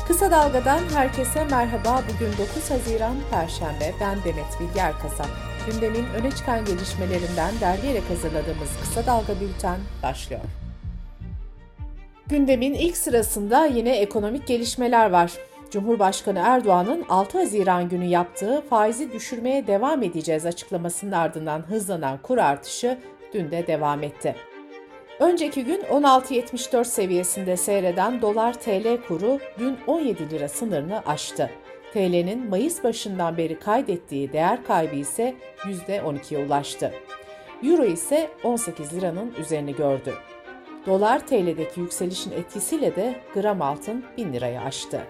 Kısa Dalga'dan herkese merhaba. Bugün 9 Haziran Perşembe. Ben Demet Bilge Erkasap. Gündemin öne çıkan gelişmelerinden derleyerek hazırladığımız Kısa Dalga Bülten başlıyor. Gündemin ilk sırasında yine ekonomik gelişmeler var. Cumhurbaşkanı Erdoğan'ın 6 Haziran günü yaptığı faizi düşürmeye devam edeceğiz açıklamasının ardından hızlanan kur artışı dün de devam etti. Önceki gün 16.74 seviyesinde seyreden dolar-TL kuru dün 17 lira sınırını aştı. TL'nin Mayıs başından beri kaydettiği değer kaybı ise %12'ye ulaştı. Euro ise 18 liranın üzerini gördü. Dolar-TL'deki yükselişin etkisiyle de gram altın 1000 lirayı aştı.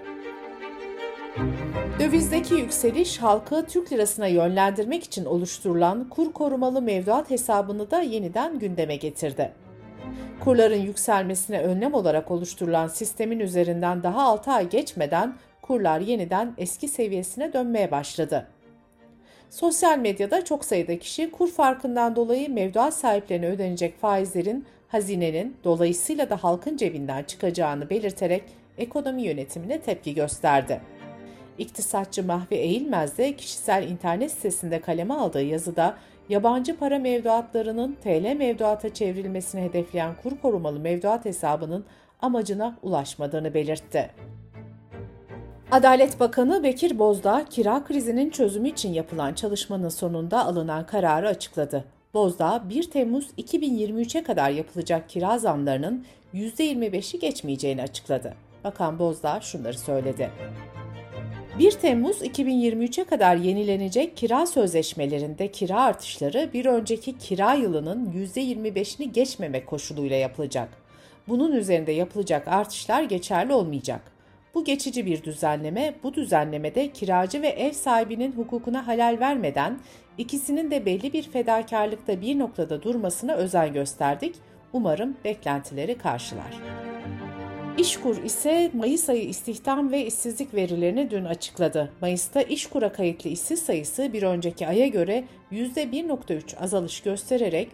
Dövizdeki yükseliş halkı Türk lirasına yönlendirmek için oluşturulan kur korumalı mevduat hesabını da yeniden gündeme getirdi. Kurların yükselmesine önlem olarak oluşturulan sistemin üzerinden daha 6 ay geçmeden kurlar yeniden eski seviyesine dönmeye başladı. Sosyal medyada çok sayıda kişi kur farkından dolayı mevduat sahiplerine ödenecek faizlerin hazinenin dolayısıyla da halkın cebinden çıkacağını belirterek ekonomi yönetimine tepki gösterdi. İktisatçı Mahvi Eğilmez de kişisel internet sitesinde kaleme aldığı yazıda yabancı para mevduatlarının TL mevduata çevrilmesini hedefleyen kur korumalı mevduat hesabının amacına ulaşmadığını belirtti. Adalet Bakanı Bekir Bozdağ, kira krizinin çözümü için yapılan çalışmanın sonunda alınan kararı açıkladı. Bozdağ, 1 Temmuz 2023'e kadar yapılacak kira zamlarının %25'i geçmeyeceğini açıkladı. Bakan Bozdağ şunları söyledi. 1 Temmuz 2023'e kadar yenilenecek kira sözleşmelerinde kira artışları bir önceki kira yılının %25'ini geçmemek koşuluyla yapılacak. Bunun üzerinde yapılacak artışlar geçerli olmayacak. Bu geçici bir düzenleme, bu düzenlemede kiracı ve ev sahibinin hukukuna halel vermeden ikisinin de belli bir fedakarlıkta bir noktada durmasına özen gösterdik. Umarım beklentileri karşılar. İşkur ise Mayıs ayı istihdam ve işsizlik verilerini dün açıkladı. Mayıs'ta İşkur'a kayıtlı işsiz sayısı bir önceki aya göre %1.3 azalış göstererek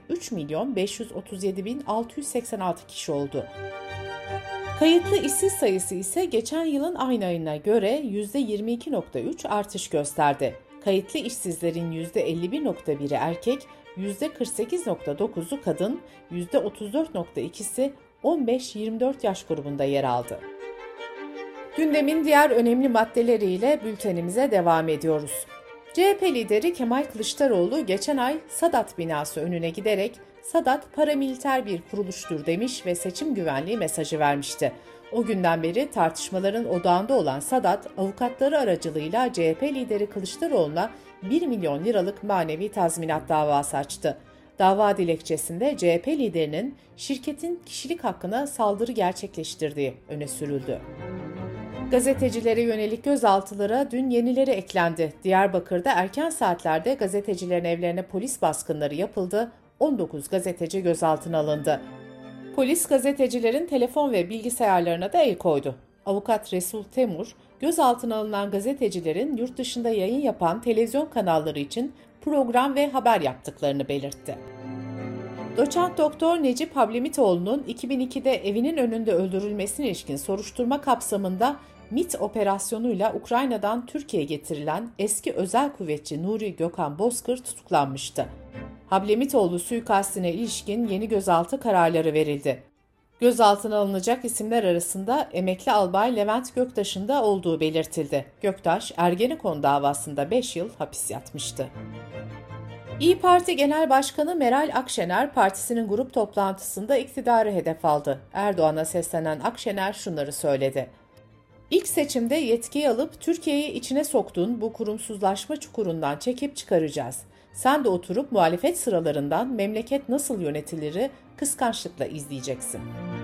3.537.686 kişi oldu. Kayıtlı işsiz sayısı ise geçen yılın aynı ayına göre %22.3 artış gösterdi. Kayıtlı işsizlerin %51.1'i erkek, %48.9'u kadın, %34.2'si 15-24 yaş grubunda yer aldı. Gündemin diğer önemli maddeleriyle bültenimize devam ediyoruz. CHP lideri Kemal Kılıçdaroğlu geçen ay Sadat binası önüne giderek Sadat paramiliter bir kuruluştur demiş ve seçim güvenliği mesajı vermişti. O günden beri tartışmaların odağında olan Sadat, avukatları aracılığıyla CHP lideri Kılıçdaroğlu'na 1 milyon liralık manevi tazminat davası açtı. Dava dilekçesinde CHP liderinin şirketin kişilik hakkına saldırı gerçekleştirdiği öne sürüldü. Gazetecilere yönelik gözaltılara dün yenileri eklendi. Diyarbakır'da erken saatlerde gazetecilerin evlerine polis baskınları yapıldı, 19 gazeteci gözaltına alındı. Polis gazetecilerin telefon ve bilgisayarlarına da el koydu. Avukat Resul Temur, gözaltına alınan gazetecilerin yurt dışında yayın yapan televizyon kanalları için program ve haber yaptıklarını belirtti. Doçent Doktor Necip Hablemitoğlu'nun 2002'de evinin önünde öldürülmesine ilişkin soruşturma kapsamında MİT operasyonuyla Ukrayna'dan Türkiye'ye getirilen eski özel kuvvetçi Nuri Gökhan Bozkır tutuklanmıştı. Hablemitoğlu suikastine ilişkin yeni gözaltı kararları verildi. Gözaltına alınacak isimler arasında emekli albay Levent Göktaş'ın da olduğu belirtildi. Göktaş, Ergenekon davasında 5 yıl hapis yatmıştı. İYİ Parti Genel Başkanı Meral Akşener, partisinin grup toplantısında iktidarı hedef aldı. Erdoğan'a seslenen Akşener şunları söyledi. İlk seçimde yetkiyi alıp Türkiye'yi içine soktuğun bu kurumsuzlaşma çukurundan çekip çıkaracağız. Sen de oturup muhalefet sıralarından memleket nasıl yönetiliri kıskançlıkla izleyeceksin.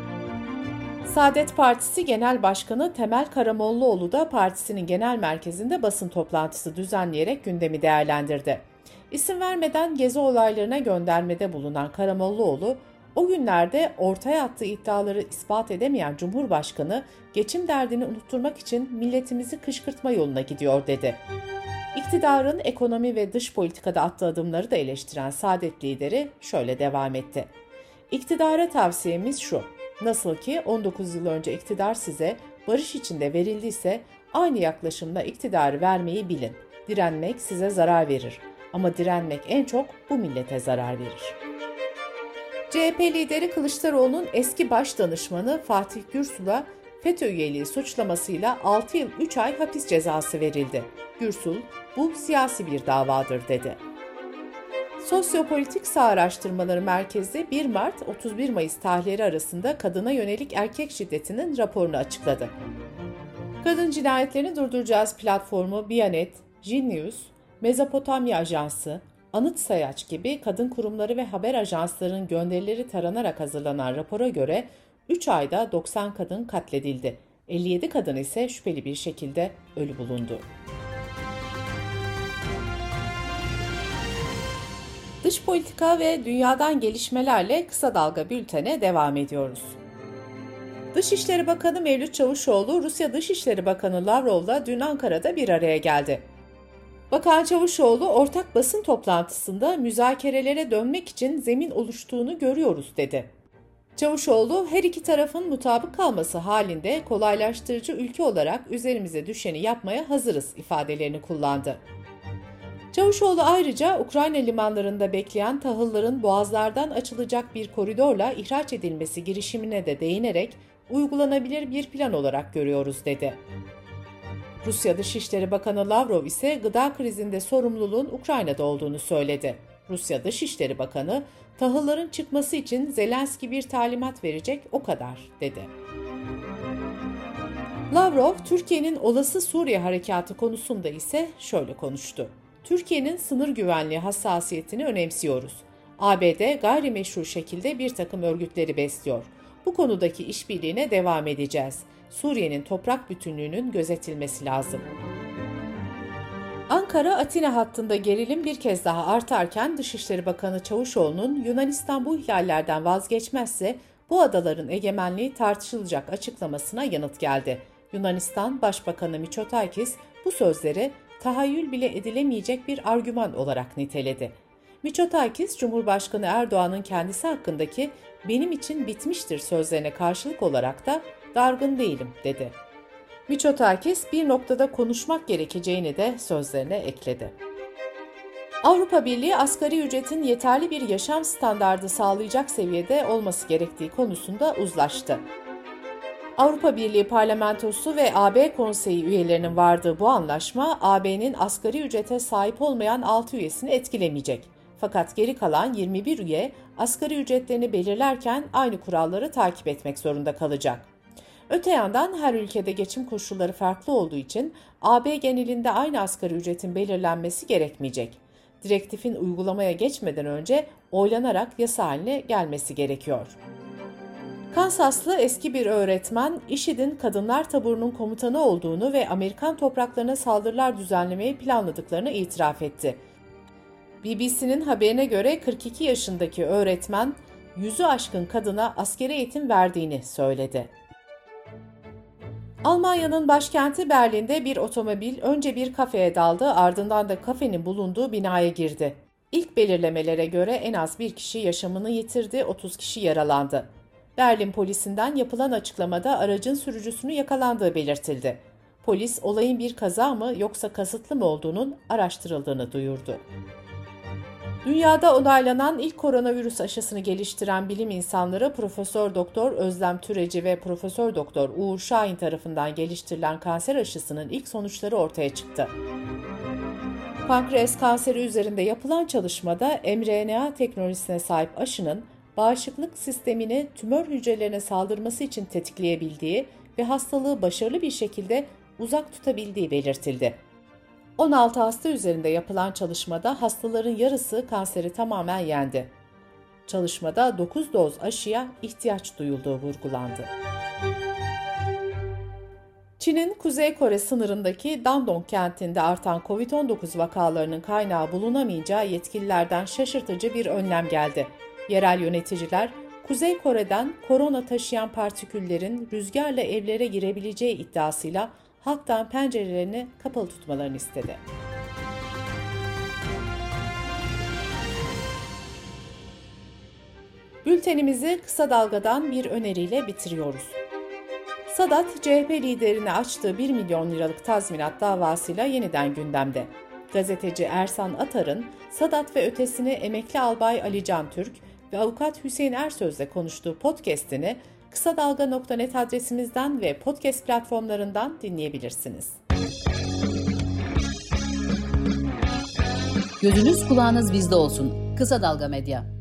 Saadet Partisi Genel Başkanı Temel Karamollaoğlu da partisinin genel merkezinde basın toplantısı düzenleyerek gündemi değerlendirdi. İsim vermeden gezi olaylarına göndermede bulunan Karamollaoğlu, o günlerde ortaya attığı iddiaları ispat edemeyen Cumhurbaşkanı, geçim derdini unutturmak için milletimizi kışkırtma yoluna gidiyor dedi. İktidarın ekonomi ve dış politikada attığı adımları da eleştiren Saadet lideri şöyle devam etti. İktidara tavsiyemiz şu, nasıl ki 19 yıl önce iktidar size barış içinde verildiyse aynı yaklaşımla iktidarı vermeyi bilin. Direnmek size zarar verir ama direnmek en çok bu millete zarar verir. CHP lideri Kılıçdaroğlu'nun eski baş danışmanı Fatih Gürsul'a FETÖ üyeliği suçlamasıyla 6 yıl 3 ay hapis cezası verildi. Gürsul, bu siyasi bir davadır dedi. Sosyopolitik Sağ Araştırmaları Merkezi 1 Mart-31 Mayıs tarihleri arasında kadına yönelik erkek şiddetinin raporunu açıkladı. Kadın Cinayetlerini Durduracağız platformu Bianet, Genius, Mezopotamya Ajansı, Anıt Sayaç gibi kadın kurumları ve haber ajanslarının gönderileri taranarak hazırlanan rapora göre 3 ayda 90 kadın katledildi. 57 kadın ise şüpheli bir şekilde ölü bulundu. Dış politika ve dünyadan gelişmelerle Kısa Dalga Bülten'e devam ediyoruz. Dışişleri Bakanı Mevlüt Çavuşoğlu, Rusya Dışişleri Bakanı Lavrov'la dün Ankara'da bir araya geldi. Bakan Çavuşoğlu, ortak basın toplantısında müzakerelere dönmek için zemin oluştuğunu görüyoruz dedi. Çavuşoğlu, her iki tarafın mutabık kalması halinde kolaylaştırıcı ülke olarak üzerimize düşeni yapmaya hazırız ifadelerini kullandı. Çavuşoğlu ayrıca Ukrayna limanlarında bekleyen tahılların boğazlardan açılacak bir koridorla ihraç edilmesi girişimine de değinerek uygulanabilir bir plan olarak görüyoruz dedi. Rusya Dışişleri Bakanı Lavrov ise gıda krizinde sorumluluğun Ukrayna'da olduğunu söyledi. Rusya Dışişleri Bakanı, tahılların çıkması için Zelenski bir talimat verecek o kadar dedi. Lavrov, Türkiye'nin olası Suriye harekatı konusunda ise şöyle konuştu. Türkiye'nin sınır güvenliği hassasiyetini önemsiyoruz. ABD gayrimeşru şekilde bir takım örgütleri besliyor. Bu konudaki işbirliğine devam edeceğiz. Suriye'nin toprak bütünlüğünün gözetilmesi lazım. Ankara-Atina hattında gerilim bir kez daha artarken Dışişleri Bakanı Çavuşoğlu'nun Yunanistan bu ihlallerden vazgeçmezse bu adaların egemenliği tartışılacak açıklamasına yanıt geldi. Yunanistan Başbakanı Mitsotakis bu sözleri tahayyül bile edilemeyecek bir argüman olarak niteledi. Mitsotakis, Cumhurbaşkanı Erdoğan'ın kendisi hakkındaki "benim için bitmiştir" sözlerine karşılık olarak da "dargın değilim" dedi. Mitsotakis bir noktada konuşmak gerekeceğini de sözlerine ekledi. Avrupa Birliği asgari ücretin yeterli bir yaşam standardı sağlayacak seviyede olması gerektiği konusunda uzlaştı. Avrupa Birliği Parlamentosu ve AB Konseyi üyelerinin vardığı bu anlaşma, AB'nin asgari ücrete sahip olmayan 6 üyesini etkilemeyecek. Fakat geri kalan 21 üye asgari ücretlerini belirlerken aynı kuralları takip etmek zorunda kalacak. Öte yandan her ülkede geçim koşulları farklı olduğu için AB genelinde aynı asgari ücretin belirlenmesi gerekmeyecek. Direktifin uygulamaya geçmeden önce oylanarak yasa haline gelmesi gerekiyor. Kansaslı eski bir öğretmen, IŞİD'in kadınlar taburunun komutanı olduğunu ve Amerikan topraklarına saldırılar düzenlemeyi planladıklarını itiraf etti. BBC'nin haberine göre 42 yaşındaki öğretmen, 100'ü aşkın kadına askeri eğitim verdiğini söyledi. Almanya'nın başkenti Berlin'de bir otomobil önce bir kafeye daldı, ardından da kafenin bulunduğu binaya girdi. İlk belirlemelere göre en az bir kişi yaşamını yitirdi, 30 kişi yaralandı. Berlin polisinden yapılan açıklamada aracın sürücüsünün yakalandığı belirtildi. Polis olayın bir kaza mı yoksa kasıtlı mı olduğunun araştırıldığını duyurdu. Dünyada onaylanan ilk koronavirüs aşısını geliştiren bilim insanları Profesör Doktor Özlem Türeci ve Profesör Doktor Uğur Şahin tarafından geliştirilen kanser aşısının ilk sonuçları ortaya çıktı. Pankreas kanseri üzerinde yapılan çalışmada mRNA teknolojisine sahip aşının bağışıklık sistemini tümör hücrelerine saldırması için tetikleyebildiği ve hastalığı başarılı bir şekilde uzak tutabildiği belirtildi. 16 hasta üzerinde yapılan çalışmada hastaların yarısı kanseri tamamen yendi. Çalışmada 9 doz aşıya ihtiyaç duyulduğu vurgulandı. Çin'in Kuzey Kore sınırındaki Dandong kentinde artan COVID-19 vakalarının kaynağı bulunamayacağı yetkililerden şaşırtıcı bir önlem geldi. Yerel yöneticiler, Kuzey Kore'den korona taşıyan partiküllerin rüzgarla evlere girebileceği iddiasıyla halktan pencerelerini kapalı tutmalarını istedi. Bültenimizi kısa dalgadan bir öneriyle bitiriyoruz. Sadat, CHP liderine açtığı 1 milyon liralık tazminat davasıyla yeniden gündemde. Gazeteci Ersan Atar'ın Sadat ve ötesini emekli albay Ali Can Türk ve avukat Hüseyin Ersöz'le konuştuğu podcast'ini kısadalga.net adresimizden ve podcast platformlarından dinleyebilirsiniz. Gözünüz kulağınız bizde olsun. Kısa Dalga Medya.